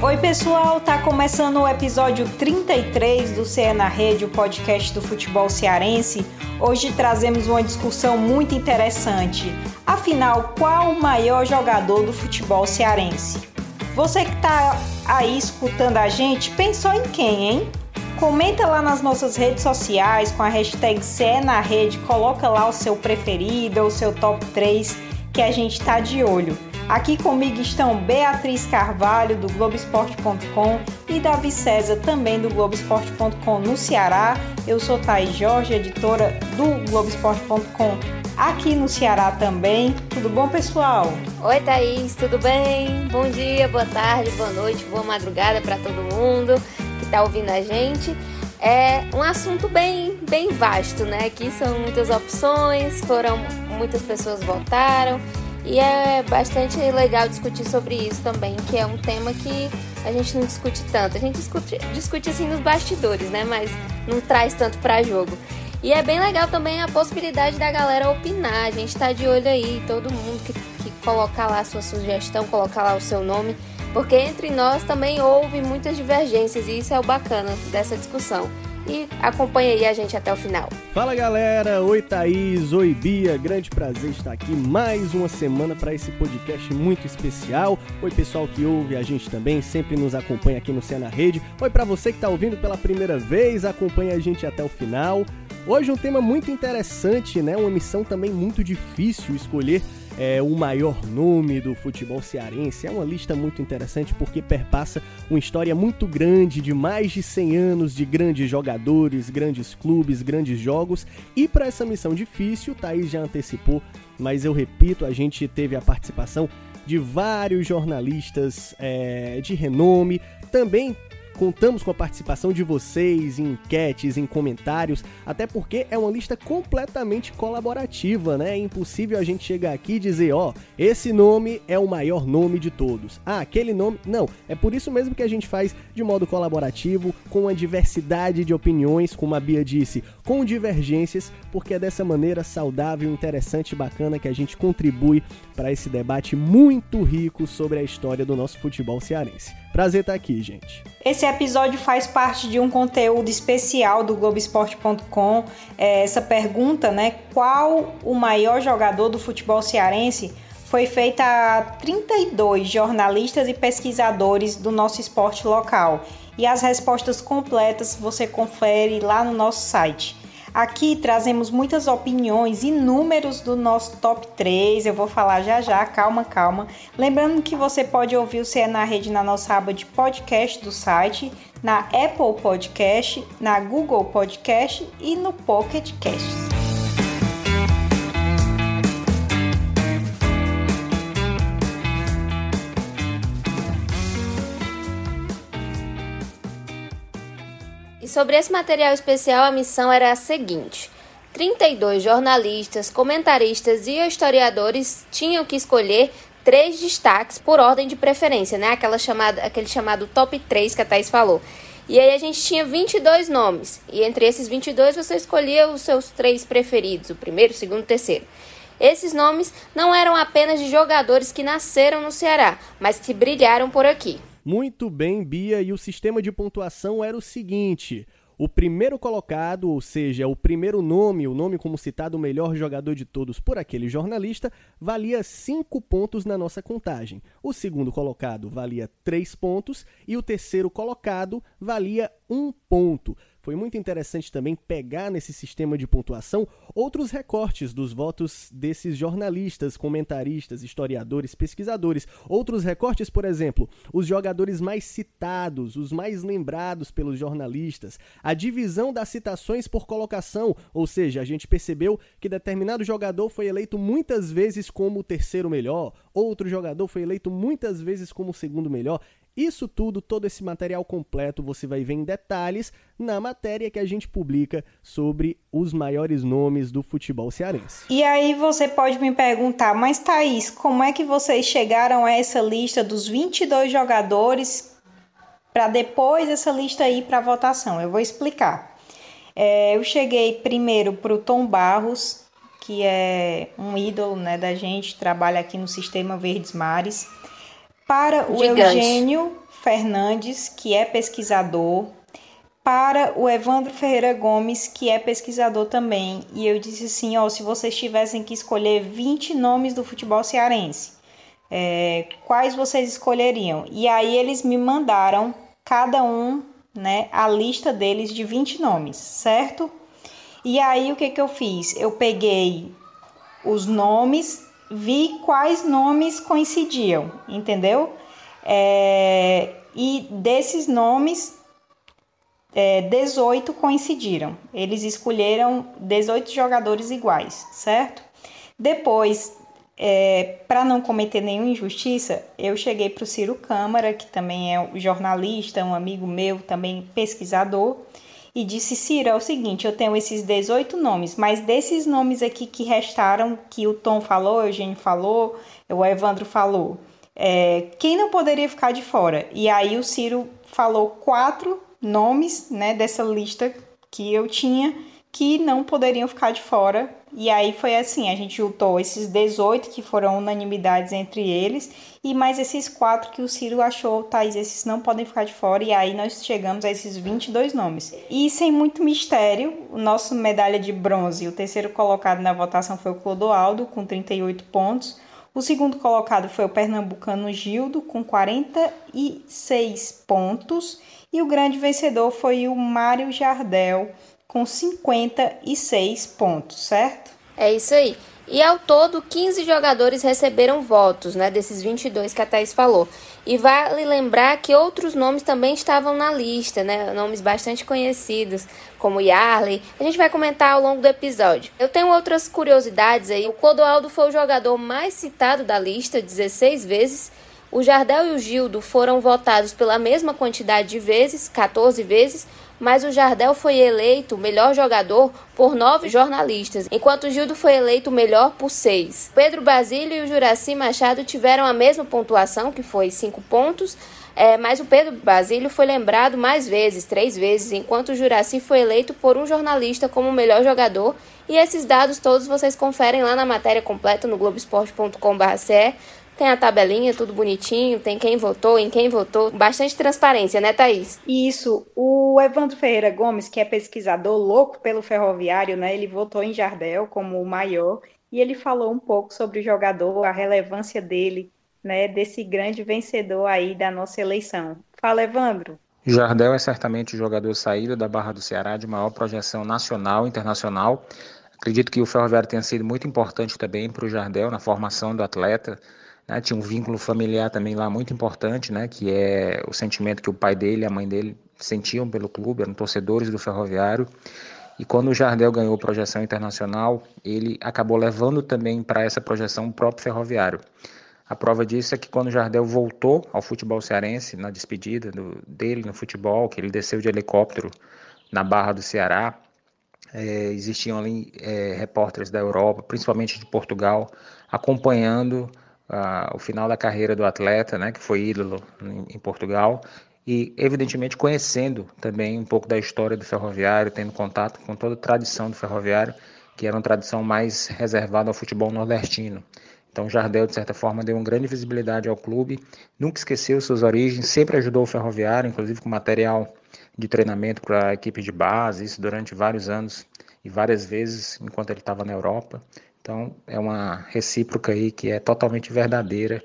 Oi pessoal, tá começando o episódio 33 do CE na Rede, o podcast do futebol cearense. Hoje trazemos uma discussão muito interessante. Afinal, qual o maior jogador do futebol cearense? Você que tá aí escutando a gente, pensou em quem, hein? Comenta lá nas nossas redes sociais com a hashtag CE na Rede, coloca lá o seu preferido ou o seu top 3 que a gente tá de olho. Aqui comigo estão Beatriz Carvalho, do Globoesporte.com, e Davi César, também do Globoesporte.com no Ceará. Eu sou Thaís Jorge, editora do Globoesporte.com aqui no Ceará também. Tudo bom, pessoal? Oi, Thaís, tudo bem? Bom dia, boa tarde, boa noite, boa madrugada para todo mundo que está ouvindo a gente. É um assunto bem vasto, né? Aqui são muitas opções, muitas pessoas votaram. E é bastante legal discutir sobre isso também, que é um tema que a gente não discute tanto. A gente discute assim nos bastidores, né? Mas não traz tanto para jogo. E é bem legal também a possibilidade da galera opinar. A gente tá de olho aí, todo mundo que colocar lá a sua sugestão, colocar lá o seu nome. Porque entre nós também houve muitas divergências e isso é o bacana dessa discussão. E acompanha aí a gente até o final. Fala galera, oi Thaís, oi Bia, grande prazer estar aqui mais uma semana para esse podcast muito especial. Oi pessoal que ouve a gente também, sempre nos acompanha aqui no CE na Rede. Oi para você que está ouvindo pela primeira vez, acompanha a gente até o final. Hoje um tema muito interessante, né? Uma missão também muito difícil escolher o maior nome do futebol cearense. É uma lista muito interessante porque perpassa uma história muito grande de mais de 100 anos de grandes jogadores, grandes clubes, grandes jogos. E para essa missão difícil, o Thaís já antecipou, mas eu repito, a gente teve a participação de vários jornalistas de renome. Também contamos com a participação de vocês em enquetes, em comentários, até porque é uma lista completamente colaborativa, né? É impossível a gente chegar aqui e dizer, esse nome é o maior nome de todos. Aquele nome... Não, é por isso mesmo que a gente faz de modo colaborativo, com uma diversidade de opiniões, como a Bia disse, com divergências, porque é dessa maneira saudável, interessante e bacana que a gente contribui para esse debate muito rico sobre a história do nosso futebol cearense. Prazer estar aqui, gente. Esse episódio faz parte de um conteúdo especial do Globoesporte.com. Essa pergunta, né? Qual o maior jogador do futebol cearense? Foi feita a 32 jornalistas e pesquisadores do nosso esporte local. E as respostas completas você confere lá no nosso site. Aqui trazemos muitas opiniões e números do nosso top 3, eu vou falar já, calma. Lembrando que você pode ouvir o CE na Rede na nossa aba de podcast do site, na Apple Podcast, na Google Podcast e no Pocket Casts. E sobre esse material especial, a missão era a seguinte: 32 jornalistas, comentaristas e historiadores tinham que escolher 3 destaques por ordem de preferência, né? Aquele chamado top 3 que a Thaís falou. E aí a gente tinha 22 nomes, e entre esses 22 você escolhia os seus 3 preferidos, o primeiro, o segundo, o terceiro. Esses nomes não eram apenas de jogadores que nasceram no Ceará, mas que brilharam por aqui. Muito bem, Bia, e o sistema de pontuação era o seguinte: o primeiro colocado, ou seja, o primeiro nome, o nome como citado, o melhor jogador de todos por aquele jornalista, valia 5 pontos na nossa contagem. O segundo colocado valia 3 pontos e o terceiro colocado valia 1 ponto. Foi muito interessante também pegar nesse sistema de pontuação outros recortes dos votos desses jornalistas, comentaristas, historiadores, pesquisadores. Outros recortes, por exemplo, os jogadores mais citados, os mais lembrados pelos jornalistas, a divisão das citações por colocação, ou seja, a gente percebeu que determinado jogador foi eleito muitas vezes como o terceiro melhor, outro jogador foi eleito muitas vezes como o segundo melhor. Isso tudo, todo esse material completo, você vai ver em detalhes na matéria que a gente publica sobre os maiores nomes do futebol cearense. E aí você pode me perguntar, mas Thaís, como é que vocês chegaram a essa lista dos 22 jogadores para depois essa lista ir para votação? Eu vou explicar. Eu cheguei primeiro para o Tom Barros, que é um ídolo, né, da gente, trabalha aqui no Sistema Verdes Mares. para o Gigante. Eugênio Fernandes, que é pesquisador, para o Evandro Ferreira Gomes, que é pesquisador também. E eu disse assim, se vocês tivessem que escolher 20 nomes do futebol cearense, quais vocês escolheriam? E aí eles me mandaram, cada um, né, a lista deles de 20 nomes, certo? E aí o que eu fiz? Eu peguei os nomes, vi quais nomes coincidiam, entendeu? E desses nomes, 18 coincidiram. Eles escolheram 18 jogadores iguais, certo? Depois, para não cometer nenhuma injustiça, eu cheguei para o Ciro Câmara, que também é um jornalista, um amigo meu, também pesquisador, e disse: Ciro, é o seguinte, eu tenho esses 18 nomes, mas desses nomes aqui que restaram, que o Tom falou, o Eugênio falou, o Evandro falou, quem não poderia ficar de fora? E aí o Ciro falou 4 nomes, né, dessa lista que eu tinha, que não poderiam ficar de fora. E aí foi assim, a gente juntou esses 18 que foram unanimidades entre eles e mais esses 4 que o Ciro achou, Thaís, esses não podem ficar de fora, e aí nós chegamos a esses 22 nomes. E sem muito mistério, o nosso medalha de bronze, o terceiro colocado na votação foi o Clodoaldo, com 38 pontos. O segundo colocado foi o pernambucano Gildo, com 46 pontos. E o grande vencedor foi o Mário Jardel, com 56 pontos, certo? É isso aí. E ao todo, 15 jogadores receberam votos, né, desses 22 que a Thaís falou. E vale lembrar que outros nomes também estavam na lista, né, nomes bastante conhecidos, como Yarley. A gente vai comentar ao longo do episódio. Eu tenho outras curiosidades aí. O Clodoaldo foi o jogador mais citado da lista, 16 vezes. O Jardel e o Gildo foram votados pela mesma quantidade de vezes, 14 vezes, mas o Jardel foi eleito o melhor jogador por 9 jornalistas, enquanto o Gildo foi eleito o melhor por 6. Pedro Basílio e o Juracy Machado tiveram a mesma pontuação, que foi 5 pontos, mas o Pedro Basílio foi lembrado mais vezes, 3 vezes, enquanto o Juracy foi eleito por um jornalista como o melhor jogador. E esses dados todos vocês conferem lá na matéria completa no globesport.com.br. Tem a tabelinha, tudo bonitinho, tem quem votou, em quem votou. Bastante transparência, né, Thaís? Isso. O Evandro Ferreira Gomes, que é pesquisador louco pelo ferroviário, né? Ele votou em Jardel como o maior e ele falou um pouco sobre o jogador, a relevância dele, né? Desse grande vencedor aí da nossa eleição. Fala, Evandro. Jardel é certamente o jogador saído da Barra do Ceará de maior projeção nacional e internacional. Acredito que o Ferroviário tenha sido muito importante também para o Jardel na formação do atleta. Né, tinha um vínculo familiar também lá muito importante, né, que é o sentimento que o pai dele e a mãe dele sentiam pelo clube, eram torcedores do Ferroviário. E quando o Jardel ganhou projeção internacional, ele acabou levando também para essa projeção o próprio Ferroviário. A prova disso é que quando o Jardel voltou ao futebol cearense, na despedida dele no futebol, que ele desceu de helicóptero na Barra do Ceará, existiam ali repórteres da Europa, principalmente de Portugal, acompanhando o final da carreira do atleta, né, que foi ídolo em Portugal, e evidentemente conhecendo também um pouco da história do Ferroviário, tendo contato com toda a tradição do Ferroviário, que era uma tradição mais reservada ao futebol nordestino. Então o Jardel, de certa forma, deu uma grande visibilidade ao clube, nunca esqueceu suas origens, sempre ajudou o Ferroviário, inclusive com material de treinamento para a equipe de base, isso durante vários anos e várias vezes enquanto ele estava na Europa. Então, é uma recíproca aí que é totalmente verdadeira,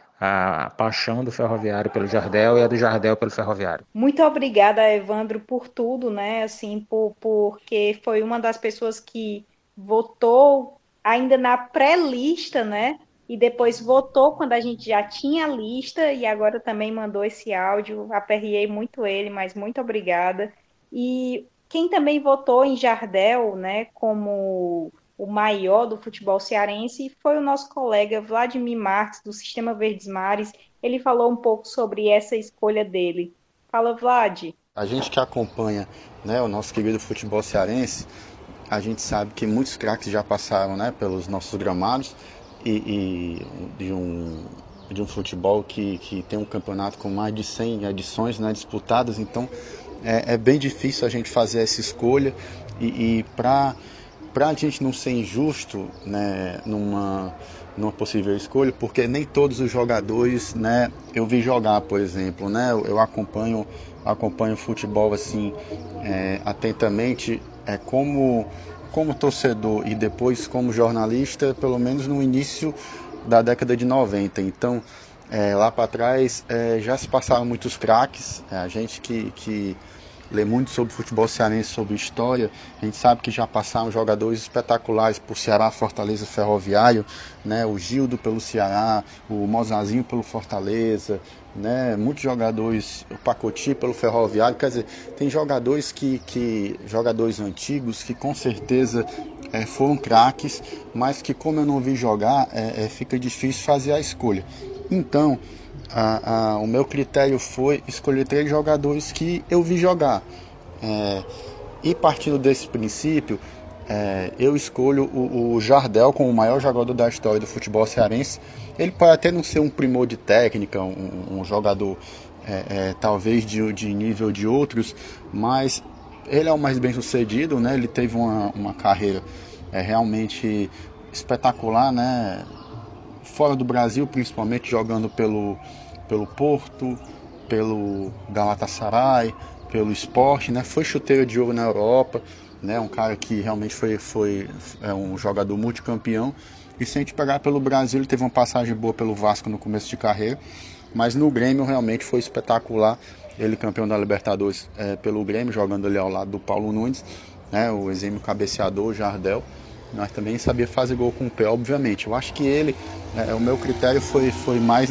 a paixão do Ferroviário pelo Jardel e a do Jardel pelo Ferroviário. Muito obrigada, Evandro, por tudo, né? Assim, porque foi uma das pessoas que votou ainda na pré-lista, né? E depois votou quando a gente já tinha a lista e agora também mandou esse áudio. Aperriei muito ele, mas muito obrigada. E quem também votou em Jardel, né, como o maior do futebol cearense, foi o nosso colega Vladimir Marques, do Sistema Verdes Mares. Ele falou um pouco sobre essa escolha dele. Fala, Vlad. A gente que acompanha, né, o nosso querido futebol cearense, a gente sabe que muitos craques já passaram, né, pelos nossos gramados e de um futebol que tem um campeonato com mais de 100 edições, né, disputadas. Então é bem difícil a gente fazer essa escolha e para para a gente não ser injusto, né, numa possível escolha, porque nem todos os jogadores, né, eu vi jogar, por exemplo, né, eu acompanho futebol assim atentamente, como torcedor e depois como jornalista, pelo menos no início da década de 90. Então, lá para trás já se passaram muitos craques, a gente que lê muito sobre futebol cearense, sobre história, a gente sabe que já passaram jogadores espetaculares por Ceará, Fortaleza, Ferroviário, né? O Gildo pelo Ceará, o Mozazinho pelo Fortaleza, né? Muitos jogadores, o Pacoti pelo Ferroviário, quer dizer, tem jogadores jogadores antigos que com certeza foram craques, mas que como eu não vi jogar, fica difícil fazer a escolha. Então, o meu critério foi escolher 3 jogadores que eu vi jogar. E partindo desse princípio, eu escolho o Jardel como o maior jogador da história do futebol cearense. Ele pode até não ser um primor de técnica, um jogador talvez de nível de outros, mas ele é o mais bem sucedido, né? Ele teve uma carreira realmente espetacular, né? Fora do Brasil, principalmente jogando pelo Porto, pelo Galatasaray, pelo Sport, né? Foi chuteiro de ouro na Europa, né? Um cara que realmente foi um jogador multicampeão. E se a gente pegar pelo Brasil, ele teve uma passagem boa pelo Vasco no começo de carreira, mas no Grêmio realmente foi espetacular. Ele campeão da Libertadores pelo Grêmio, jogando ali ao lado do Paulo Nunes, né? O exímio cabeceador, o Jardel. Mas também sabia fazer gol com o pé, obviamente. Eu acho que ele, o meu critério foi mais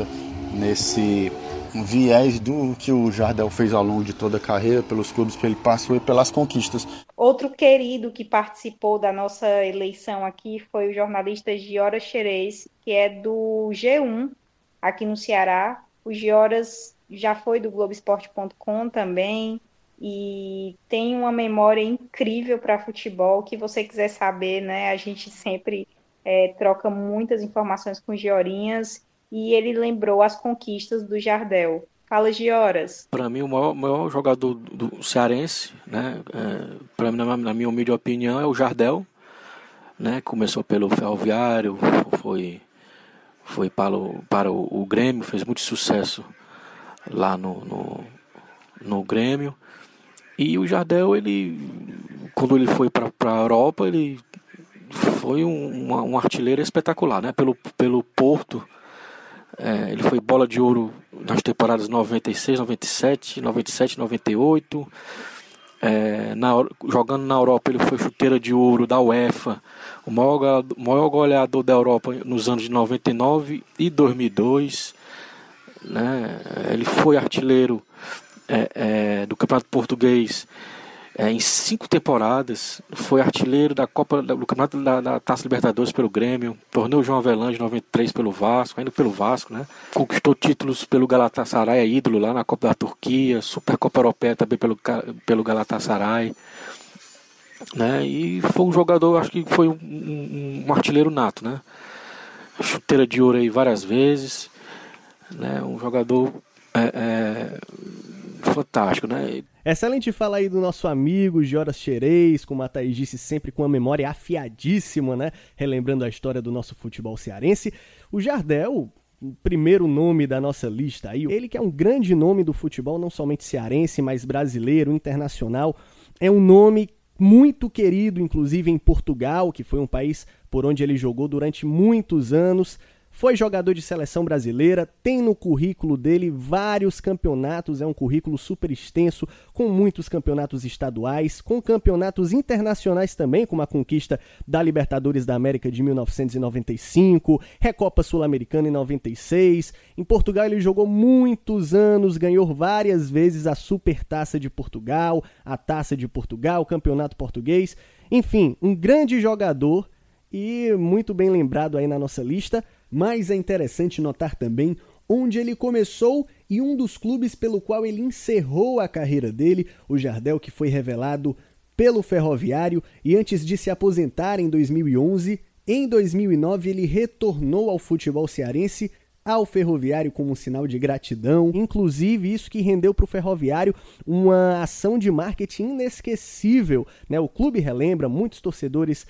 nesse viés do que o Jardel fez ao longo de toda a carreira, pelos clubes que ele passou e pelas conquistas. Outro querido que participou da nossa eleição aqui foi o jornalista Gioras Xerez, que é do G1, aqui no Ceará. O Gioras já foi do Globoesporte.com também, e tem uma memória incrível para futebol. Que você quiser saber, né? A gente sempre troca muitas informações com o Giorinhas, e ele lembrou as conquistas do Jardel. Fala, Gioras. Para mim, o maior jogador do cearense, né? Para mim, na minha humilde opinião, é o Jardel, né? Começou pelo Ferroviário, foi para o Grêmio, fez muito sucesso lá no Grêmio. E o Jardel, quando ele foi para a Europa, ele foi um artilheiro espetacular, né? Pelo Porto, ele foi bola de ouro nas temporadas 96, 97, 97, 98. Jogando na Europa, ele foi chuteira de ouro da UEFA, o maior goleador da Europa nos anos de 99 e 2002. Né? Ele foi artilheiro do Campeonato Português em 5 temporadas, foi artilheiro do Campeonato da Taça Libertadores pelo Grêmio, torneio João Avelange 93 pelo Vasco, ainda pelo Vasco, né? Conquistou títulos pelo Galatasaray, é ídolo lá na Copa da Turquia, Supercopa Europeia também pelo Galatasaray, né? E foi um jogador, acho que foi um artilheiro nato, né? Chuteira de ouro aí várias vezes, né? Um jogador fantástico, né? Excelente fala aí do nosso amigo Gioras Xerez, como a Thaís disse, sempre com uma memória afiadíssima, né? Relembrando a história do nosso futebol cearense. O Jardel, o primeiro nome da nossa lista aí, ele que é um grande nome do futebol, não somente cearense, mas brasileiro, internacional. É um nome muito querido, inclusive em Portugal, que foi um país por onde ele jogou durante muitos anos. Foi jogador de seleção brasileira, tem no currículo dele vários campeonatos, é um currículo super extenso, com muitos campeonatos estaduais, com campeonatos internacionais também, como a conquista da Libertadores da América de 1995, Recopa Sul-Americana em 96. Em Portugal ele jogou muitos anos, ganhou várias vezes a Supertaça de Portugal, a Taça de Portugal, o Campeonato Português. Enfim, um grande jogador e muito bem lembrado aí na nossa lista. Mas é interessante notar também onde ele começou e um dos clubes pelo qual ele encerrou a carreira dele, o Jardel, que foi revelado pelo Ferroviário, e antes de se aposentar em 2011, em 2009 ele retornou ao futebol cearense ao Ferroviário como um sinal de gratidão. Inclusive, isso que rendeu para o Ferroviário uma ação de marketing inesquecível, né? O clube relembra, muitos torcedores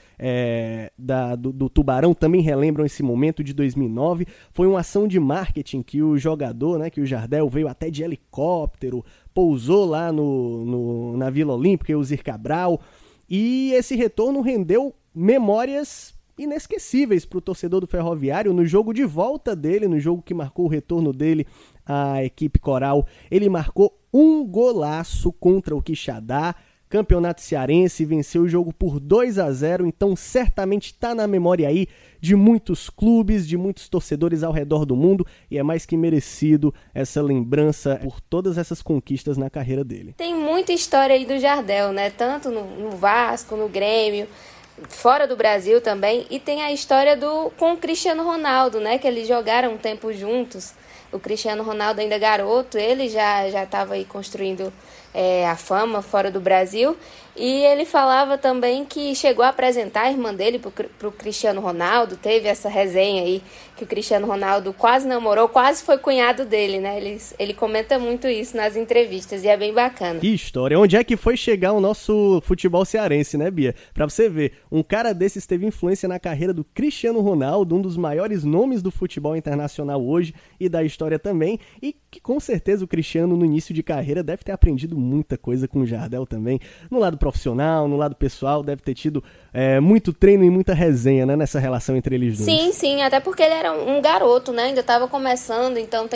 do Tubarão também relembram esse momento de 2009. Foi uma ação de marketing que o jogador, né, que o Jardel veio até de helicóptero, pousou lá na Vila Olímpica, o Zir Cabral, e esse retorno rendeu memórias inesquecíveis para o torcedor do Ferroviário. No jogo de volta dele, no jogo que marcou o retorno dele à equipe coral, ele marcou um golaço contra o Quixadá, campeonato cearense, venceu o jogo por 2-0, então certamente está na memória aí de muitos clubes, de muitos torcedores ao redor do mundo, e é mais que merecido essa lembrança por todas essas conquistas na carreira dele. Tem muita história aí do Jardel, né? Tanto no Vasco, no Grêmio, fora do Brasil também, e tem a história com o Cristiano Ronaldo, né, que eles jogaram um tempo juntos. O Cristiano Ronaldo ainda garoto, ele já estava aí construindo a fama fora do Brasil, e ele falava também que chegou a apresentar a irmã dele pro Cristiano Ronaldo. Teve essa resenha aí que o Cristiano Ronaldo quase namorou, quase foi cunhado dele, né? Ele comenta muito isso nas entrevistas e é bem bacana. Que história! Onde é que foi chegar o nosso futebol cearense, né, Bia? Pra você ver, um cara desses teve influência na carreira do Cristiano Ronaldo, um dos maiores nomes do futebol internacional hoje e da história também, e que com certeza o Cristiano no início de carreira deve ter aprendido muita coisa com o Jardel também, no lado profissional, no lado pessoal, deve ter tido muito treino e muita resenha, né, nessa relação entre eles dois. Sim, até porque ele era um garoto, né, ainda estava começando, então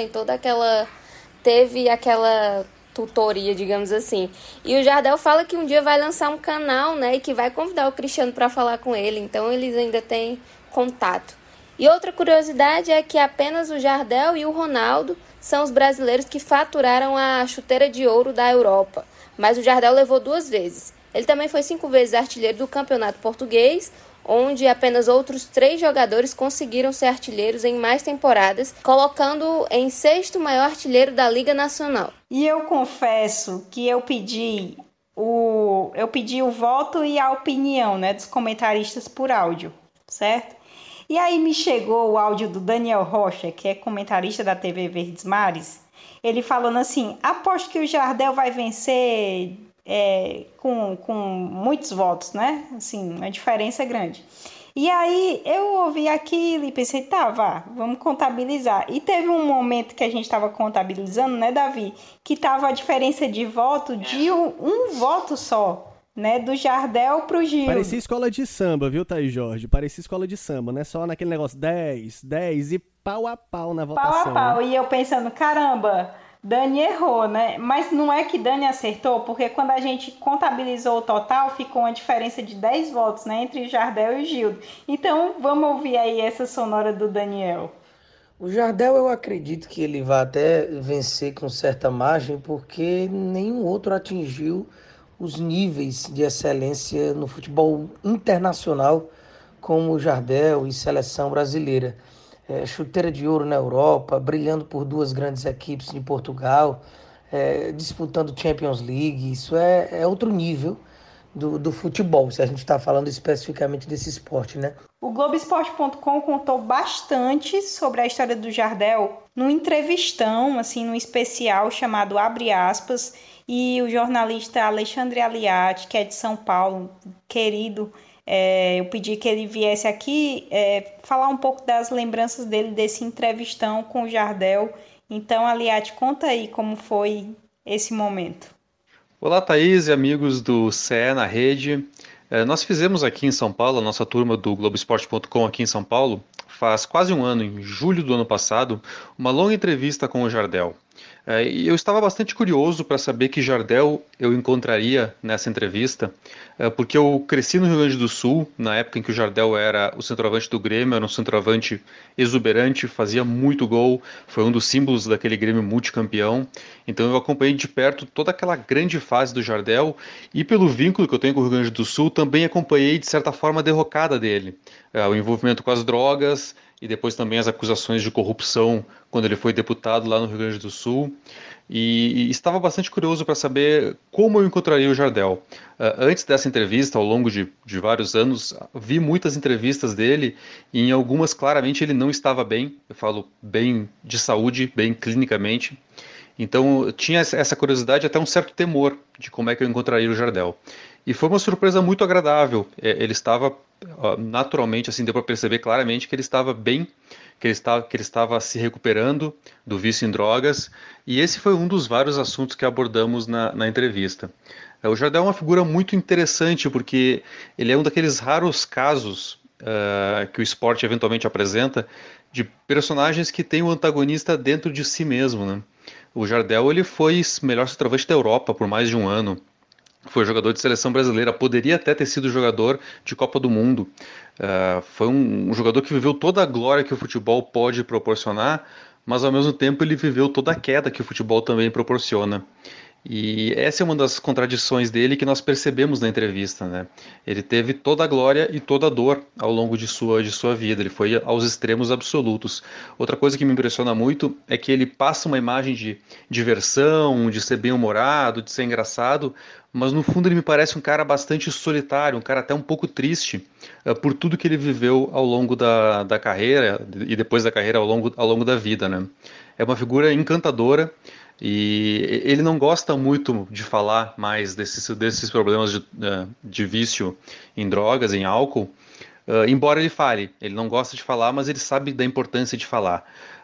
teve aquela tutoria, digamos assim. E o Jardel fala que um dia vai lançar um canal, né, e que vai convidar o Cristiano para falar com ele, então eles ainda têm contato. E outra curiosidade é que apenas o Jardel e o Ronaldo são os brasileiros que faturaram a chuteira de ouro da Europa, mas o Jardel levou 2 vezes. Ele também foi 5 vezes artilheiro do Campeonato Português, onde apenas outros 3 jogadores conseguiram ser artilheiros em mais temporadas, colocando em 6º maior artilheiro da Liga Nacional. E eu confesso que eu pedi o voto e a opinião, né, dos comentaristas por áudio, certo? E aí me chegou o áudio do Daniel Rocha, que é comentarista da TV Verdes Mares, ele falando assim: aposto que o Jardel vai vencer com muitos votos, né? Assim, uma diferença grande. E aí eu ouvi aquilo e pensei, vamos contabilizar. E teve um momento que a gente estava contabilizando, né, Davi? Que tava a diferença de voto de um voto só, né? Do Jardel pro Gil. Parecia escola de samba, viu, Thaís Jorge? Parecia escola de samba, né? Só naquele negócio 10 e pau a pau na votação. Pau a pau, né? E eu pensando, caramba, Dani errou, né? Mas não é que Dani acertou, porque quando a gente contabilizou o total, ficou uma diferença de 10 votos, né? Entre o Jardel e o Gildo. Então, vamos ouvir aí essa sonora do Daniel. O Jardel, eu acredito que ele vai até vencer com certa margem, porque nenhum outro atingiu os níveis de excelência no futebol internacional como o Jardel e seleção brasileira. Chuteira de ouro na Europa, brilhando por 2 grandes equipes de Portugal, disputando Champions League. Isso é outro nível do futebol, se a gente está falando especificamente desse esporte, né? O Globoesporte.com contou bastante sobre a história do Jardel num entrevistão, assim, num especial chamado Abre Aspas, e o jornalista Alexandre Aliati, que é de São Paulo, querido, eu pedi que ele viesse aqui falar um pouco das lembranças dele desse entrevistão com o Jardel. Então, Aliati, conta aí como foi esse momento. Olá, Thaís e amigos do CE na Rede. Nós fizemos aqui em São Paulo, a nossa turma do Globoesporte.com aqui em São Paulo, faz quase um ano, em julho do ano passado, uma longa entrevista com o Jardel. E eu estava bastante curioso para saber que Jardel eu encontraria nessa entrevista, porque eu cresci no Rio Grande do Sul, na época em que o Jardel era o centroavante do Grêmio, era um centroavante exuberante, fazia muito gol, foi um dos símbolos daquele Grêmio multicampeão. Então eu acompanhei de perto toda aquela grande fase do Jardel e pelo vínculo que eu tenho com o Rio Grande do Sul, também acompanhei de certa forma a derrocada dele, o envolvimento com as drogas e depois também as acusações de corrupção quando ele foi deputado lá no Rio Grande do Sul. E estava bastante curioso para saber como eu encontraria o Jardel. Antes dessa entrevista, ao longo de vários anos, vi muitas entrevistas dele e em algumas claramente ele não estava bem, eu falo bem de saúde, bem clinicamente. Então eu tinha essa curiosidade, até um certo temor de como é que eu encontraria o Jardel. E foi uma surpresa muito agradável. Ele estava naturalmente, assim, deu para perceber claramente que ele estava bem, que ele estava se recuperando do vício em drogas, e esse foi um dos vários assuntos que abordamos na entrevista. O Jardel é uma figura muito interessante, porque ele é um daqueles raros casos que o esporte eventualmente apresenta, de personagens que têm o antagonista dentro de si mesmo, né? O Jardel ele foi melhor centroavante da Europa por mais de um ano. Foi jogador de seleção brasileira, poderia até ter sido jogador de Copa do Mundo. Foi um jogador que viveu toda a glória que o futebol pode proporcionar, mas ao mesmo tempo ele viveu toda a queda que o futebol também proporciona. E essa é uma das contradições dele que nós percebemos na entrevista, né? Ele teve toda a glória e toda a dor ao longo de sua vida, ele foi aos extremos absolutos. Outra coisa que me impressiona muito é que ele passa uma imagem de diversão, de ser bem-humorado, de ser engraçado, mas no fundo ele me parece um cara bastante solitário, um cara até um pouco triste por tudo que ele viveu ao longo da carreira e depois da carreira ao longo da vida, né? É uma figura encantadora. E ele não gosta muito de falar mais desses problemas de vício em drogas, em álcool, embora ele fale. Ele não gosta de falar, mas ele sabe da importância de falar.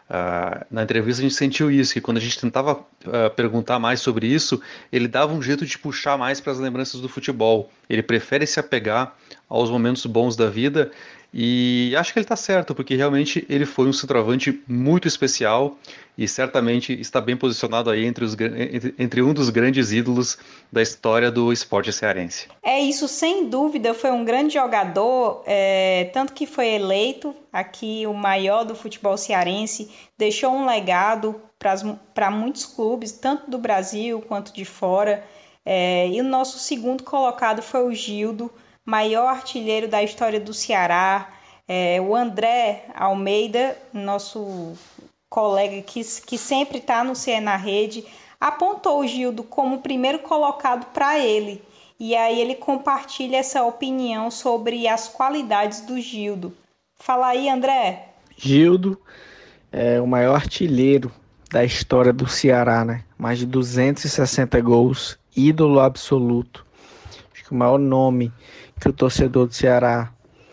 Na entrevista a gente sentiu isso, que quando a gente tentava perguntar mais sobre isso, ele dava um jeito de puxar mais para as lembranças do futebol. Ele prefere se apegar aos momentos bons da vida, e acho que ele está certo, porque realmente ele foi um centroavante muito especial e certamente está bem posicionado aí entre um dos grandes ídolos da história do esporte cearense. É isso, sem dúvida, foi um grande jogador, tanto que foi eleito aqui o maior do futebol cearense, deixou um legado para muitos clubes, tanto do Brasil quanto de fora. E o nosso segundo colocado foi o Gildo, maior artilheiro da história do Ceará. O André Almeida, nosso colega que sempre está no CE na Rede, apontou o Gildo como o primeiro colocado para ele. E aí ele compartilha essa opinião sobre as qualidades do Gildo. Fala aí, André. Gildo é o maior artilheiro da história do Ceará, né? Mais de 260 gols, ídolo absoluto. Acho que o maior nome que o torcedor do Ceará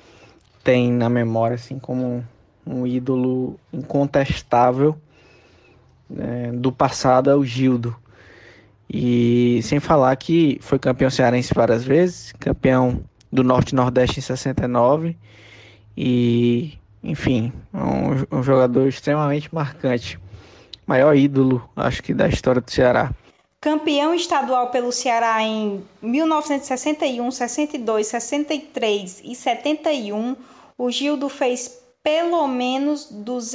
tem na memória, assim, como um ídolo incontestável do passado, é o Gildo. E sem falar que foi campeão cearense várias vezes, campeão do Norte e Nordeste em 69 e, enfim, um jogador extremamente marcante. Maior ídolo, acho que, da história do Ceará. Campeão estadual pelo Ceará em 1961, 62, 63 e 71, o Gildo fez pelo menos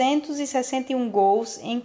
261 gols em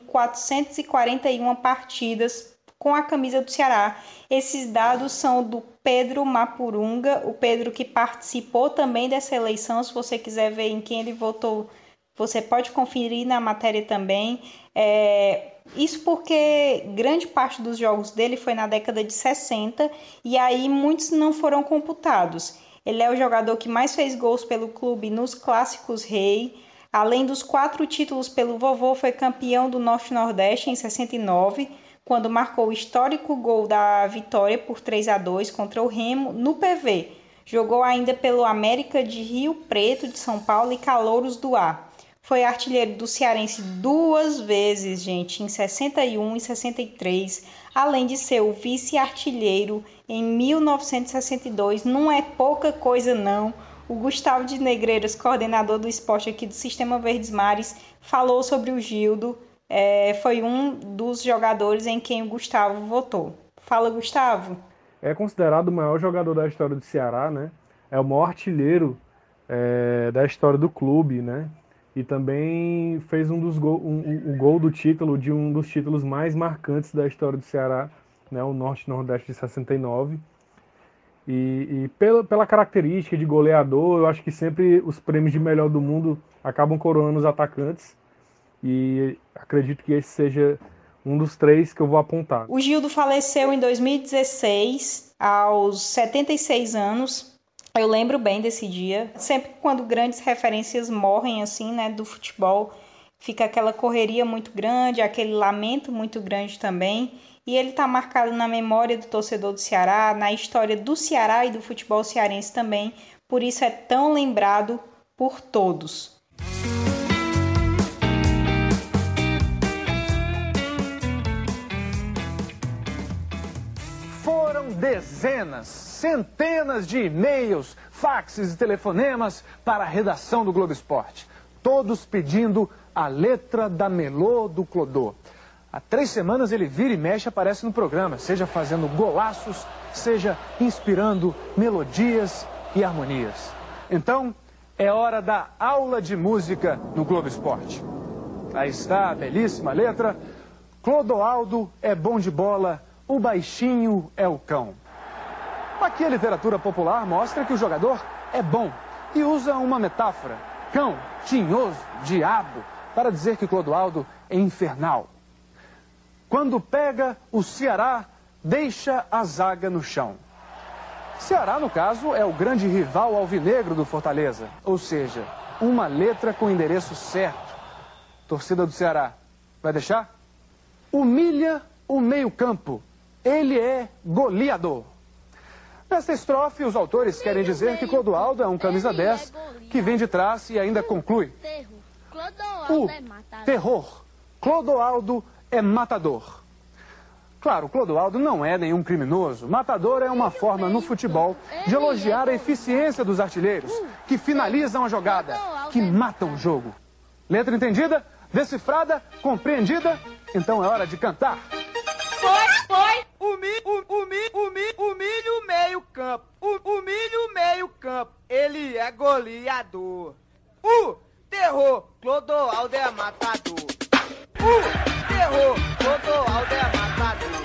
441 partidas com a camisa do Ceará. Esses dados são do Pedro Mapurunga, o Pedro que participou também dessa eleição. Se você quiser ver em quem ele votou, você pode conferir na matéria também. Isso porque grande parte dos jogos dele foi na década de 60 e aí muitos não foram computados. Ele é o jogador que mais fez gols pelo clube nos Clássicos Rei. Além dos 4 títulos pelo Vovô, foi campeão do Norte-Nordeste em 69, quando marcou o histórico gol da vitória por 3-2 contra o Remo no PV. Jogou ainda pelo América de Rio Preto, de São Paulo e Calouros do Ar. Foi artilheiro do Cearense 2 vezes, gente, em 61 e 63, além de ser o vice-artilheiro em 1962. Não é pouca coisa, não. O Gustavo de Negreiros, coordenador do esporte aqui do Sistema Verdes Mares, falou sobre o Gildo. Foi um dos jogadores em quem o Gustavo votou. Fala, Gustavo. É considerado o maior jogador da história do Ceará, né? É o maior artilheiro da história do clube, né? E também fez o gol do título, de um dos títulos mais marcantes da história do Ceará, né? O Norte-Nordeste de 69. E pela característica de goleador, eu acho que sempre os prêmios de melhor do mundo acabam coroando os atacantes. E acredito que esse seja um dos 3 que eu vou apontar. O Gildo faleceu em 2016, aos 76 anos. Eu lembro bem desse dia. Sempre quando grandes referências morrem assim, né, do futebol, fica aquela correria muito grande, aquele lamento muito grande também. E ele está marcado na memória do torcedor do Ceará, na história do Ceará e do futebol cearense também. Por isso é tão lembrado por todos. Foram dezenas, centenas de e-mails, faxes e telefonemas para a redação do Globo Esporte. Todos pedindo a letra da Melô do Clodô. Há 3 semanas ele vira e mexe, aparece no programa, seja fazendo golaços, seja inspirando melodias e harmonias. Então, é hora da aula de música no Globo Esporte. Aí está a belíssima letra. Clodoaldo é bom de bola, o baixinho é o cão. Aqui a literatura popular mostra que o jogador é bom e usa uma metáfora, cão, tinhoso, diabo, para dizer que Clodoaldo é infernal. Quando pega, o Ceará deixa a zaga no chão. Ceará, no caso, é o grande rival alvinegro do Fortaleza, ou seja, uma letra com endereço certo. Torcida do Ceará, vai deixar? Humilha o meio-campo, ele é goleador. Nesta estrofe, os autores querem dizer que Clodoaldo é um camisa 10 que vem de trás e ainda conclui. O terror, Clodoaldo é matador. Claro, Clodoaldo não é nenhum criminoso. Matador é uma forma no futebol de elogiar a eficiência dos artilheiros, que finalizam a jogada, que matam o jogo. Letra entendida? Decifrada? Compreendida? Então é hora de cantar. Foi. Humilha o meio-campo. Humilha o meio-campo. Ele é goleador. O terror, Clodoaldo é matador. O terror, Clodoaldo é matador.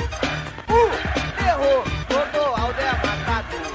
O terror, Clodoaldo é matador.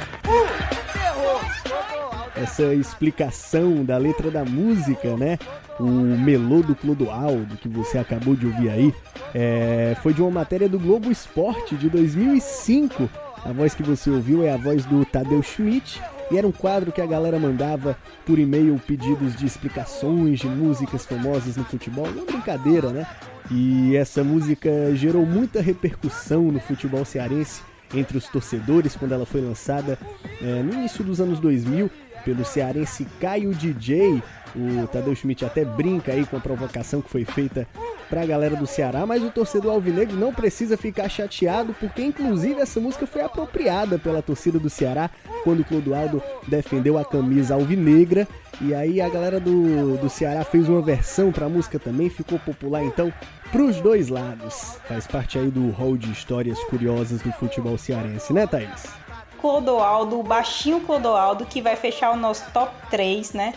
O terror, Clodoaldo é... Essa explicação da letra da música, né? O melô do Clodoaldo, que você acabou de ouvir aí, foi de uma matéria do Globo Esporte de 2005. A voz que você ouviu é a voz do Tadeu Schmidt, e era um quadro que a galera mandava por e-mail pedidos de explicações de músicas famosas no futebol. Uma brincadeira, né? E essa música gerou muita repercussão no futebol cearense entre os torcedores quando ela foi lançada no início dos anos 2000 pelo cearense Caio DJ. O Tadeu Schmidt até brinca aí com a provocação que foi feita pra galera do Ceará, mas o torcedor alvinegro não precisa ficar chateado, porque inclusive essa música foi apropriada pela torcida do Ceará quando o Clodoaldo defendeu a camisa alvinegra, e aí a galera do Ceará fez uma versão pra música também, ficou popular então pros dois lados. Faz parte aí do hall de histórias curiosas do futebol cearense, né, Thaís? Clodoaldo, o baixinho Clodoaldo, que vai fechar o nosso top 3, né?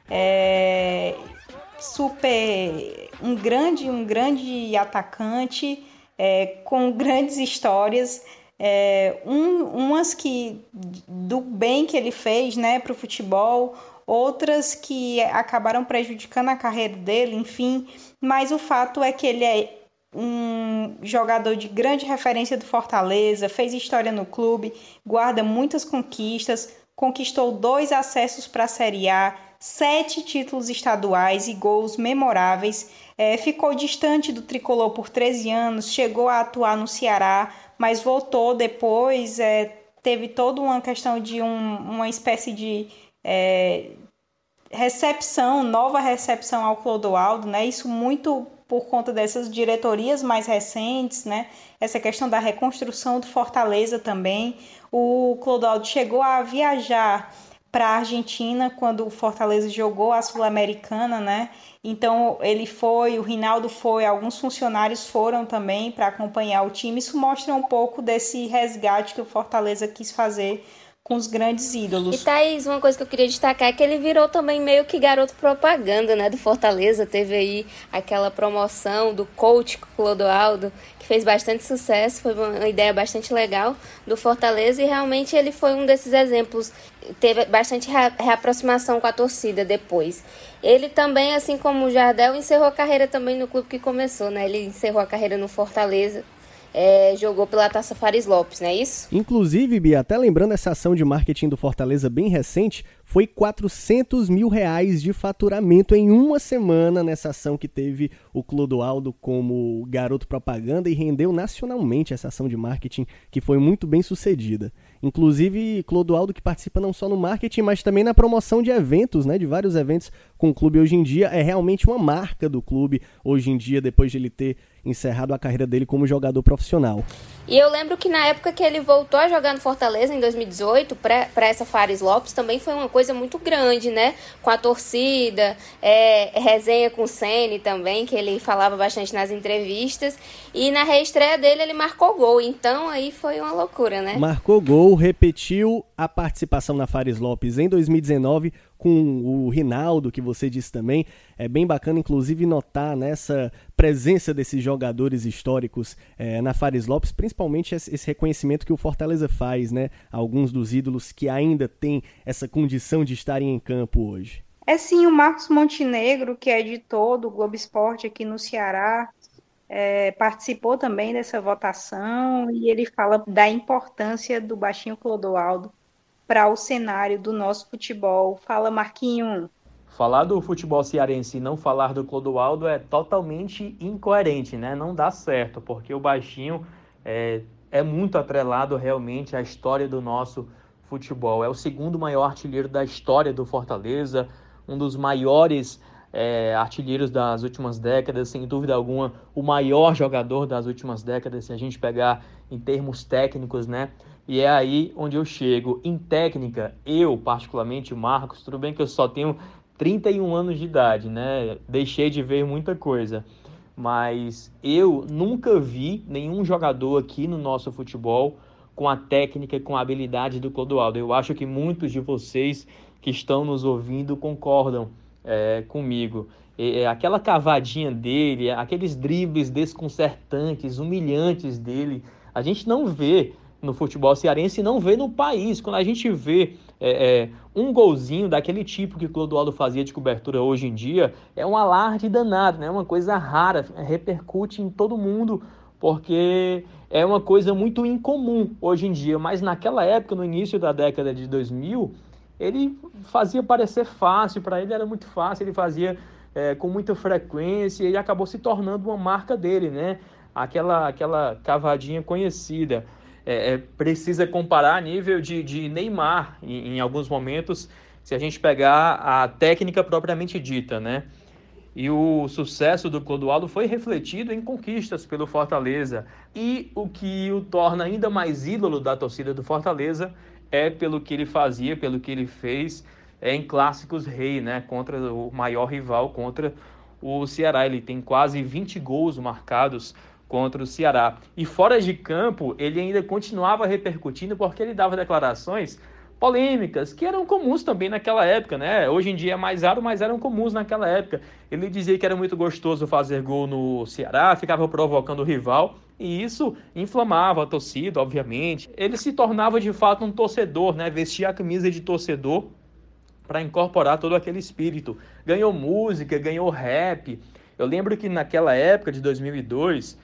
Um grande atacante, com grandes histórias, umas que do bem que ele fez, né, para o futebol, outras que acabaram prejudicando a carreira dele, enfim, mas o fato é que ele é um jogador de grande referência do Fortaleza, fez história no clube, guarda muitas conquistas, conquistou 2 acessos para a Série A, 7 títulos estaduais e gols memoráveis, ficou distante do tricolor por 13 anos, chegou a atuar no Ceará, mas voltou depois, teve toda uma questão de uma espécie de nova recepção ao Clodoaldo, né? Isso muito por conta dessas diretorias mais recentes, né? Essa questão da reconstrução do Fortaleza também. O Clodoaldo chegou a viajar para a Argentina quando o Fortaleza jogou a Sul-Americana, né? Então ele foi, o Rinaldo foi, alguns funcionários foram também para acompanhar o time. Isso mostra um pouco desse resgate que o Fortaleza quis fazer com os grandes ídolos. E Thaís, uma coisa que eu queria destacar é que ele virou também meio que garoto propaganda, né, do Fortaleza. Teve aí aquela promoção do coach Clodoaldo, que fez bastante sucesso, foi uma ideia bastante legal do Fortaleza e realmente ele foi um desses exemplos. Teve bastante reaproximação com a torcida depois. Ele também, assim como o Jardel, encerrou a carreira também no clube que começou, né? Ele encerrou a carreira no Fortaleza. Jogou pela Taça Fares Lopes, não é isso? Inclusive, Bia, até lembrando essa ação de marketing do Fortaleza bem recente, foi R$400 mil de faturamento em uma semana nessa ação que teve o Clodoaldo como garoto propaganda e rendeu nacionalmente essa ação de marketing que foi muito bem sucedida. Inclusive, Clodoaldo que participa não só no marketing, mas também na promoção de eventos, né, de vários eventos com o clube hoje em dia, é realmente uma marca do clube hoje em dia, depois de ele ter encerrado a carreira dele como jogador profissional. E eu lembro que na época que ele voltou a jogar no Fortaleza, em 2018, para essa Fares Lopes, também foi uma coisa muito grande, né? Com a torcida, resenha com o Ceni também, que ele falava bastante nas entrevistas. E na reestreia dele, ele marcou gol. Então, aí foi uma loucura, né? Marcou gol, repetiu a participação na Fares Lopes em 2019, com o Rinaldo, que você disse também. É bem bacana, inclusive, notar nessa presença desses jogadores históricos na Fares Lopes, principalmente esse reconhecimento que o Fortaleza faz, né? Alguns dos ídolos que ainda têm essa condição de estarem em campo hoje. É sim, o Marcos Montenegro, que é editor do Globo Esporte aqui no Ceará, participou também dessa votação e ele fala da importância do Baixinho Clodoaldo para o cenário do nosso futebol. Fala, Marquinho. Falar do futebol cearense e não falar do Clodoaldo é totalmente incoerente, né? Não dá certo, porque o Baixinho é muito atrelado realmente à história do nosso futebol. É o segundo maior artilheiro da história do Fortaleza, um dos maiores artilheiros das últimas décadas, sem dúvida alguma, o maior jogador das últimas décadas, se a gente pegar em termos técnicos, né? E é aí onde eu chego. Em técnica, eu, particularmente, Marcos, tudo bem que eu só tenho 31 anos de idade, né? Deixei de ver muita coisa. Mas eu nunca vi nenhum jogador aqui no nosso futebol com a técnica e com a habilidade do Clodoaldo. Eu acho que muitos de vocês que estão nos ouvindo concordam comigo. Aquela cavadinha dele, aqueles dribles desconcertantes, humilhantes dele, a gente não vê no futebol cearense e não vê no país. Quando a gente vê um golzinho daquele tipo que o Clodoaldo fazia de cobertura hoje em dia, é um alarde danado, né? Uma coisa rara, repercute em todo mundo, porque é uma coisa muito incomum hoje em dia. Mas naquela época, no início da década de 2000, ele fazia parecer fácil, para ele era muito fácil, ele fazia com muita frequência e acabou se tornando uma marca dele, né? Aquela cavadinha conhecida. Precisa comparar a nível de Neymar em alguns momentos, se a gente pegar a técnica propriamente dita, né? E o sucesso do Clodoaldo foi refletido em conquistas pelo Fortaleza. E o que o torna ainda mais ídolo da torcida do Fortaleza é pelo que ele fazia, pelo que ele fez em clássicos rei, né? Contra o maior rival, contra o Ceará. Ele tem quase 20 gols marcados contra o Ceará. E fora de campo, ele ainda continuava repercutindo porque ele dava declarações polêmicas, que eram comuns também naquela época, né? Hoje em dia é mais raro, mas eram comuns naquela época. Ele dizia que era muito gostoso fazer gol no Ceará, ficava provocando o rival, e isso inflamava a torcida, obviamente. Ele se tornava de fato um torcedor, né? Vestia a camisa de torcedor para incorporar todo aquele espírito. Ganhou música, ganhou rap. Eu lembro que naquela época de 2002,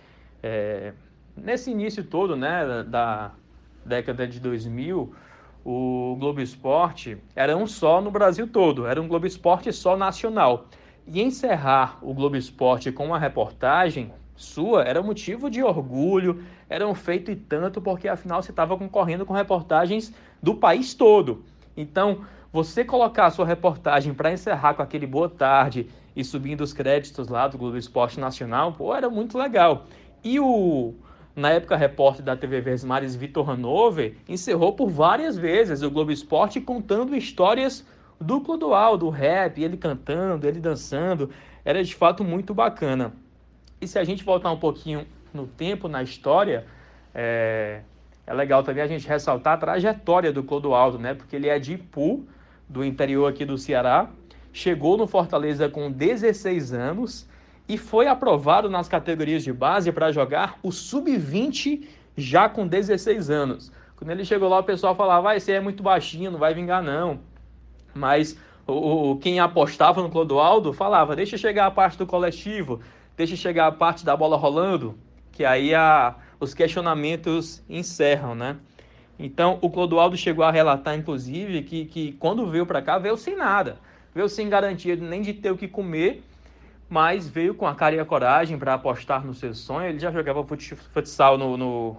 nesse início todo, né, da década de 2000, o Globo Esporte era um só no Brasil todo, era um Globo Esporte só nacional. E encerrar o Globo Esporte com uma reportagem sua era motivo de orgulho, era um feito e tanto, porque afinal você estava concorrendo com reportagens do país todo. Então, você colocar a sua reportagem para encerrar com aquele boa tarde e subindo os créditos lá do Globo Esporte Nacional, era muito legal. E na época, repórter da TV Verdes Mares, Vitor Hanover, encerrou por várias vezes o Globo Esporte contando histórias do Clodoaldo, o rap, ele cantando, ele dançando. Era de fato muito bacana. E se a gente voltar um pouquinho no tempo, na história, é legal também a gente ressaltar a trajetória do Clodoaldo, né? Porque ele é de Ipu, do interior aqui do Ceará, chegou no Fortaleza com 16 anos e foi aprovado nas categorias de base para jogar o Sub-20 já com 16 anos. Quando ele chegou lá, o pessoal falava, esse aí é muito baixinho, não vai vingar não. Mas quem apostava no Clodoaldo falava, deixa chegar a parte do coletivo, deixa chegar a parte da bola rolando, que aí os questionamentos encerram, né? Então, o Clodoaldo chegou a relatar, inclusive, que quando veio para cá, veio sem nada. Veio sem garantia nem de ter o que comer, mas veio com a cara e a coragem para apostar no seu sonho. Ele já jogava futsal no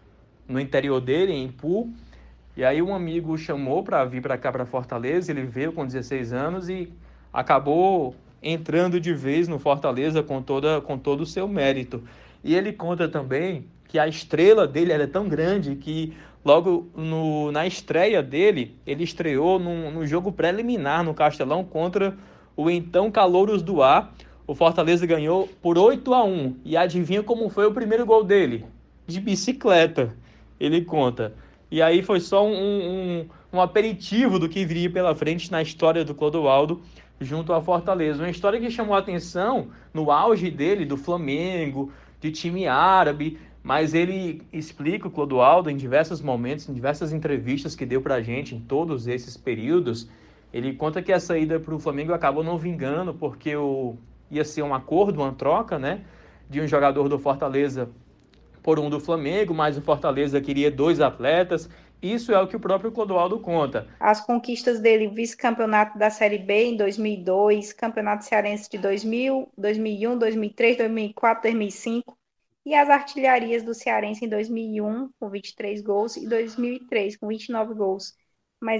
interior dele, em Ipu. E aí um amigo o chamou para vir para cá, para Fortaleza. Ele veio com 16 anos e acabou entrando de vez no Fortaleza com todo o seu mérito. E ele conta também que a estrela dele era tão grande que logo na estreia dele, ele estreou no jogo preliminar no Castelão contra o então Calouros do Ar. O Fortaleza ganhou por 8-1. E adivinha como foi o primeiro gol dele? De bicicleta, ele conta. E aí foi só um aperitivo do que viria pela frente na história do Clodoaldo junto à Fortaleza. Uma história que chamou a atenção no auge dele, do Flamengo, de time árabe, mas ele explica, o Clodoaldo, em diversos momentos, em diversas entrevistas que deu pra gente em todos esses períodos, ele conta que a saída para o Flamengo acabou não vingando, porque ia ser um acordo, uma troca, né, de um jogador do Fortaleza por um do Flamengo, mas o Fortaleza queria 2 atletas. Isso é o que o próprio Clodoaldo conta. As conquistas dele, vice-campeonato da Série B em 2002, campeonato cearense de 2000, 2001, 2003, 2004, 2005, e as artilharias do Cearense em 2001, com 23 gols, e 2003, com 29 gols. Mas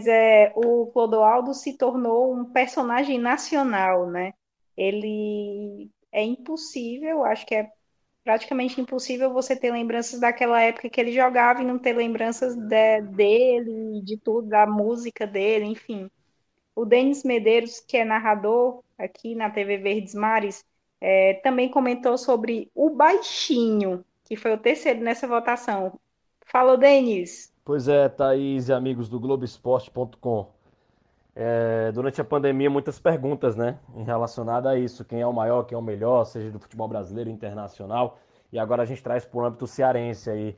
o Clodoaldo se tornou um personagem nacional, né? Ele é impossível, acho que é praticamente impossível você ter lembranças daquela época que ele jogava e não ter lembranças dele, de tudo, da música dele, enfim. O Denis Medeiros, que é narrador aqui na TV Verdes Mares, também comentou sobre o Baixinho, que foi o terceiro nessa votação. Falou, Denis. Pois é, Thaís e amigos do Globoesporte.com. Durante a pandemia, muitas perguntas, né, em relacionada a isso. Quem é o maior, quem é o melhor, seja do futebol brasileiro, internacional. E agora a gente traz para o âmbito cearense aí.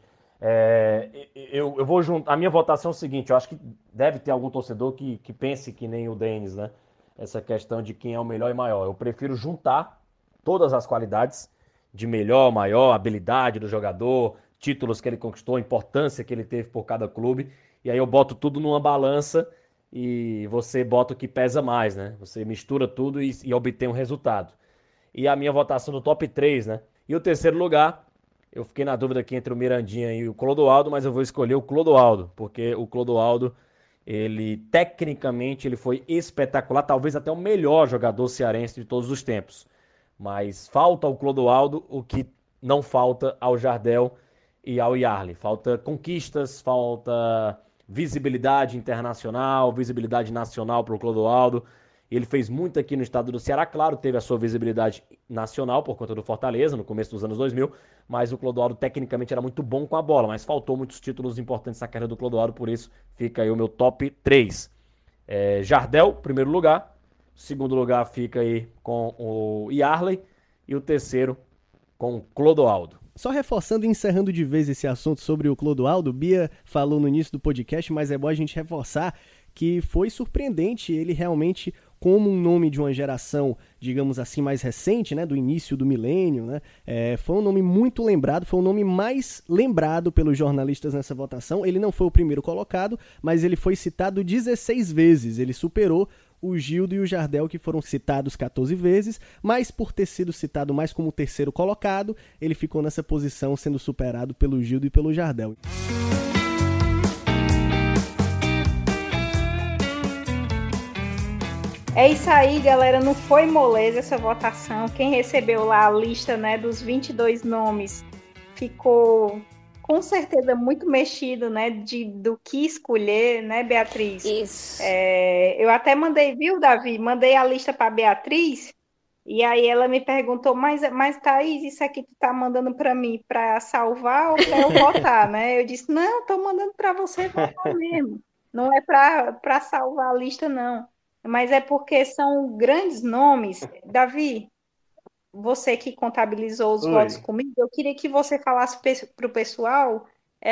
Eu vou juntar. A minha votação é o seguinte: eu acho que deve ter algum torcedor que pense que nem o Denis, né? Essa questão de quem é o melhor e maior. Eu prefiro juntar todas as qualidades de melhor, maior, habilidade do jogador, títulos que ele conquistou, importância que ele teve por cada clube. E aí eu boto tudo numa balança e você bota o que pesa mais, né? Você mistura tudo e obtém um resultado. E a minha votação do top 3, né? E o terceiro lugar, eu fiquei na dúvida aqui entre o Mirandinha e o Clodoaldo, mas eu vou escolher o Clodoaldo, porque o Clodoaldo, tecnicamente, ele foi espetacular, talvez até o melhor jogador cearense de todos os tempos. Mas falta ao Clodoaldo o que não falta ao Jardel e ao Yarley. Falta conquistas, falta visibilidade internacional, visibilidade nacional para o Clodoaldo. Ele fez muito aqui no estado do Ceará, claro, teve a sua visibilidade nacional por conta do Fortaleza, no começo dos anos 2000, mas o Clodoaldo tecnicamente era muito bom com a bola, mas faltou muitos títulos importantes na carreira do Clodoaldo, por isso fica aí o meu top 3. Jardel, primeiro lugar, segundo lugar fica aí com o Yarley e o terceiro com o Clodoaldo. Só reforçando e encerrando de vez esse assunto sobre o Clodoaldo, Bia falou no início do podcast, mas é bom a gente reforçar que foi surpreendente ele realmente, como um nome de uma geração, digamos assim, mais recente, né, do início do milênio, né, foi um nome muito lembrado, foi o nome mais lembrado pelos jornalistas nessa votação. Ele não foi o primeiro colocado, mas ele foi citado 16 vezes, ele superou o Gildo e o Jardel, que foram citados 14 vezes, mas por ter sido citado mais como terceiro colocado, ele ficou nessa posição, sendo superado pelo Gildo e pelo Jardel. É isso aí, galera. Não foi moleza essa votação. Quem recebeu lá a lista, né, dos 22 nomes ficou com certeza muito mexido, né, do que escolher, né, Beatriz? Isso. Eu até mandei, viu, Davi? Mandei a lista para Beatriz E aí ela me perguntou, mas Thaís, isso aqui tu tá mandando para mim para salvar ou para eu votar, né? Eu disse, não, tô mandando para você votar mesmo. Não é para salvar a lista, não. Mas é porque são grandes nomes. Davi, você que contabilizou os votos Oi. comigo, eu queria que você falasse para o pessoal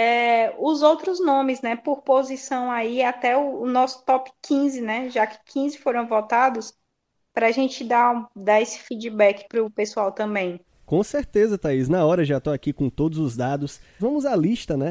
os outros nomes, né? Por posição aí, até o nosso top 15, né? Já que 15 foram votados para a gente dar esse feedback para o pessoal também. Com certeza, Thaís. Na hora já estou aqui com todos os dados. Vamos à lista, né?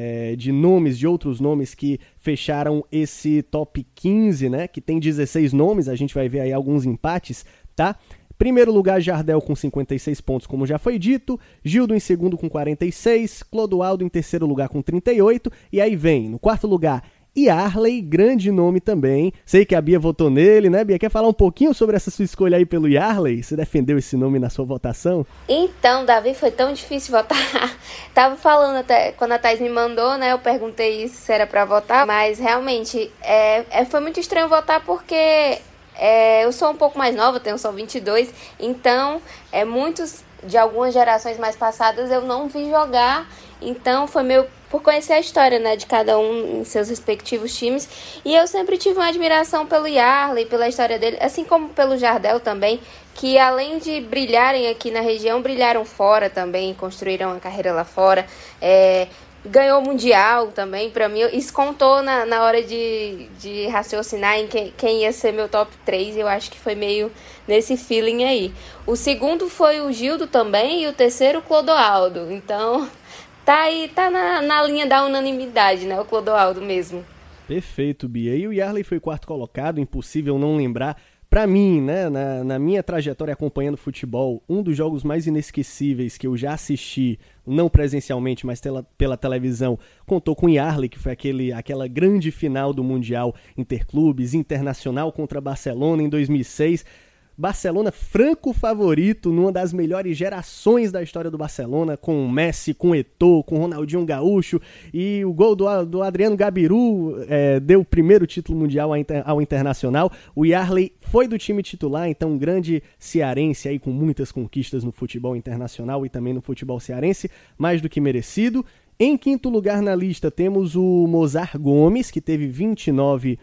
De nomes, de outros nomes que fecharam esse top 15, né? Que tem 16 nomes, a gente vai ver aí alguns empates, tá? Primeiro lugar, Jardel com 56 pontos, como já foi dito. Gildo em segundo com 46. Clodoaldo em terceiro lugar com 38. E aí vem, no quarto lugar, Yarley, grande nome também. Sei que a Bia votou nele, né, Bia? Quer falar um pouquinho sobre essa sua escolha aí pelo Yarley? Você defendeu esse nome na sua votação? Então, Davi, foi tão difícil votar. Tava falando até, quando a Thaís me mandou, né, eu perguntei se era pra votar, mas realmente foi muito estranho votar porque eu sou um pouco mais nova, tenho só 22, então muitos de algumas gerações mais passadas eu não vi jogar, então foi meio por conhecer a história, né, de cada um em seus respectivos times, e eu sempre tive uma admiração pelo Yarley, pela história dele, assim como pelo Jardel também, que além de brilharem aqui na região, brilharam fora também, construíram uma carreira lá fora, ganhou o Mundial também, pra mim, isso contou na hora de raciocinar em quem ia ser meu top 3, eu acho que foi meio nesse feeling aí. O segundo foi o Gildo também, e o terceiro o Clodoaldo, então tá aí, tá na linha da unanimidade, né, o Clodoaldo mesmo. Perfeito, Bia. E o Yarley foi quarto colocado, impossível não lembrar. Pra mim, né, na minha trajetória acompanhando futebol, um dos jogos mais inesquecíveis que eu já assisti, não presencialmente, mas pela televisão, contou com o Yarley, que foi aquela grande final do Mundial Interclubes, Internacional contra Barcelona em 2006. Barcelona franco favorito numa das melhores gerações da história do Barcelona, com o Messi, com o Eto'o, com o Ronaldinho Gaúcho, e o gol do Adriano Gabiru deu o primeiro título mundial ao Internacional. O Yarley foi do time titular, então um grande cearense aí com muitas conquistas no futebol internacional e também no futebol cearense, mais do que merecido. Em quinto lugar na lista temos o Mozart Gomes, que teve 29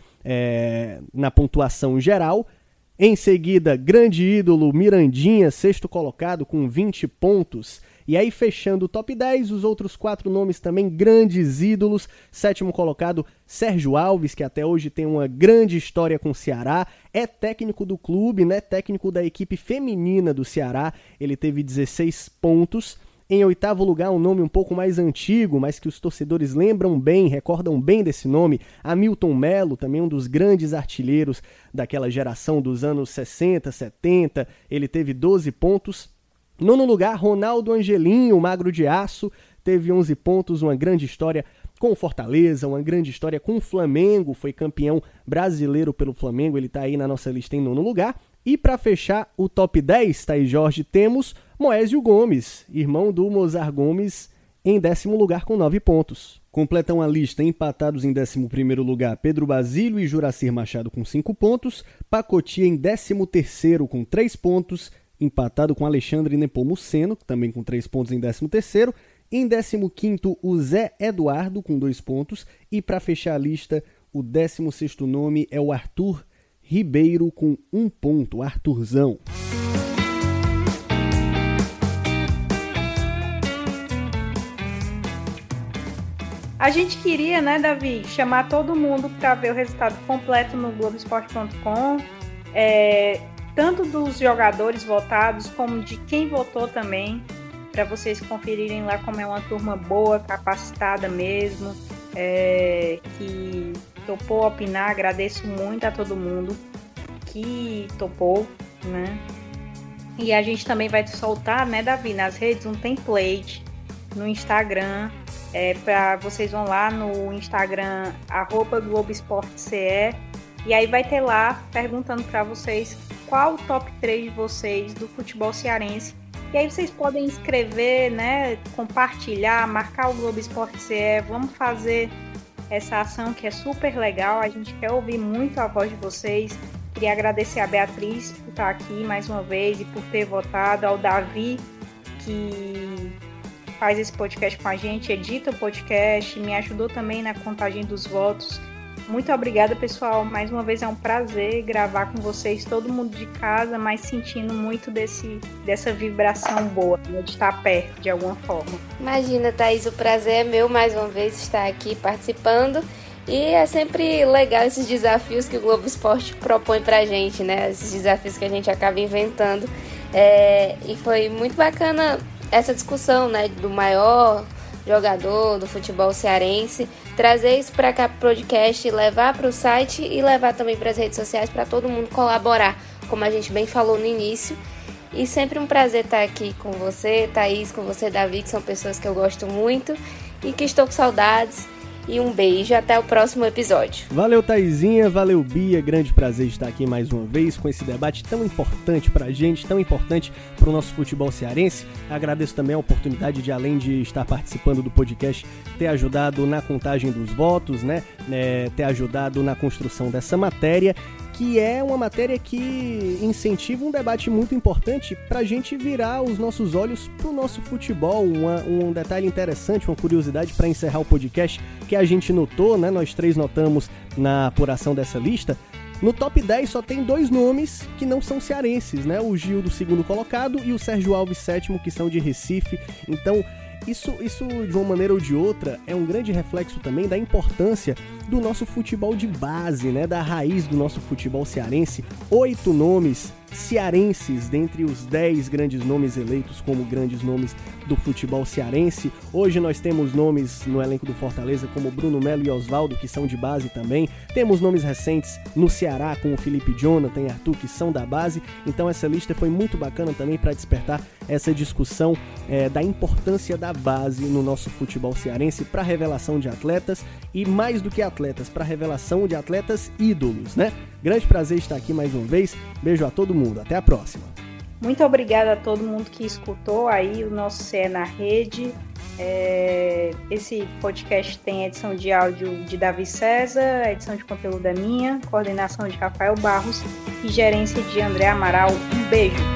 na pontuação geral. Em seguida, grande ídolo Mirandinha, sexto colocado com 20 pontos. E aí, fechando o top 10, os outros 4 nomes também grandes ídolos. Sétimo colocado, Sérgio Alves, que até hoje tem uma grande história com o Ceará. É técnico do clube, né? Técnico da equipe feminina do Ceará. Ele teve 16 pontos. Em oitavo lugar, um nome um pouco mais antigo, mas que os torcedores lembram bem, recordam bem desse nome, Hamilton Melo, também um dos grandes artilheiros daquela geração dos anos 60, 70, ele teve 12 pontos. Nono lugar, Ronaldo Angelinho, magro de aço, teve 11 pontos, uma grande história com o Fortaleza, uma grande história com o Flamengo, foi campeão brasileiro pelo Flamengo, ele está aí na nossa lista em nono lugar. E para fechar o top 10, Thaís Jorge, temos Moésio Gomes, irmão do Mozart Gomes, em 10º lugar com 9 pontos. Completam a lista empatados em 11º lugar Pedro Basílio e Juracir Machado com 5 pontos, Pacotia em 13º com 3 pontos, empatado com Alexandre Nepomuceno, também com 3 pontos em 13º, em 15º o Zé Eduardo com 2 pontos, e para fechar a lista, o 16º nome é o Arthur Ribeiro com 1 ponto, Arthurzão. A gente queria, né, Davi, chamar todo mundo para ver o resultado completo no Globoesporte.com, tanto dos jogadores votados como de quem votou também, para vocês conferirem lá como é uma turma boa, capacitada mesmo, que topou opinar. Agradeço muito a todo mundo que topou, né? E a gente também vai soltar, né, Davi, nas redes um template no Instagram, para vocês vão lá no Instagram @GloboEsporteCE, e aí vai ter lá perguntando para vocês qual o top 3 de vocês do futebol cearense. E aí vocês podem escrever, né, compartilhar, marcar o Globo Esporte CE. Vamos fazer essa ação que é super legal. A gente quer ouvir muito a voz de vocês. Queria agradecer a Beatriz por estar aqui mais uma vez e por ter votado, ao Davi, que faz esse podcast com a gente, edita o podcast, me ajudou também na contagem dos votos. Muito obrigada, pessoal. Mais uma vez é um prazer gravar com vocês, todo mundo de casa, mas sentindo muito dessa vibração boa, né, de estar perto de alguma forma. Imagina, Thaís, o prazer é meu mais uma vez estar aqui participando. E é sempre legal esses desafios que o Globo Esporte propõe pra gente, né? Esses desafios que a gente acaba inventando. E foi muito bacana essa discussão, né, do maior jogador do futebol cearense, trazer isso para cá pro podcast, levar para o site e levar também para as redes sociais para todo mundo colaborar, como a gente bem falou no início. E sempre um prazer estar aqui com você, Thaís, com você, Davi, que são pessoas que eu gosto muito e que estou com saudades. E um beijo, até o próximo episódio. Valeu, Thaizinha, valeu, Bia, grande prazer estar aqui mais uma vez com esse debate tão importante pra gente, tão importante pro nosso futebol cearense. Agradeço também a oportunidade de, além de estar participando do podcast, ter ajudado na contagem dos votos, né, ter ajudado na construção dessa matéria, que é uma matéria que incentiva um debate muito importante para a gente virar os nossos olhos para o nosso futebol. Um detalhe interessante, uma curiosidade para encerrar o podcast que a gente notou, né? Nós três notamos na apuração dessa lista. No top 10 só tem 2 nomes que não são cearenses, né? O Gil do segundo colocado e o Sérgio Alves sétimo, que são de Recife. Então, isso, de uma maneira ou de outra, é um grande reflexo também da importância do nosso futebol de base, né? Da raiz do nosso futebol cearense. 8 nomes cearenses dentre os 10 grandes nomes eleitos como grandes nomes do futebol cearense. Hoje nós temos nomes no elenco do Fortaleza como Bruno Melo e Osvaldo, que são de base também. Temos nomes recentes no Ceará como Felipe Jonathan e Arthur, que são da base. Então essa lista foi muito bacana também para despertar essa discussão da importância da base no nosso futebol cearense para a revelação de atletas e, mais do que atletas, para a revelação de atletas ídolos, né? Grande prazer estar aqui mais uma vez. Beijo a todo mundo. Até a próxima. Muito obrigada a todo mundo que escutou aí o nosso CE na Rede. Esse podcast tem edição de áudio de Davi César, edição de conteúdo é minha, coordenação de Rafael Barros e gerência de André Amaral. Um beijo.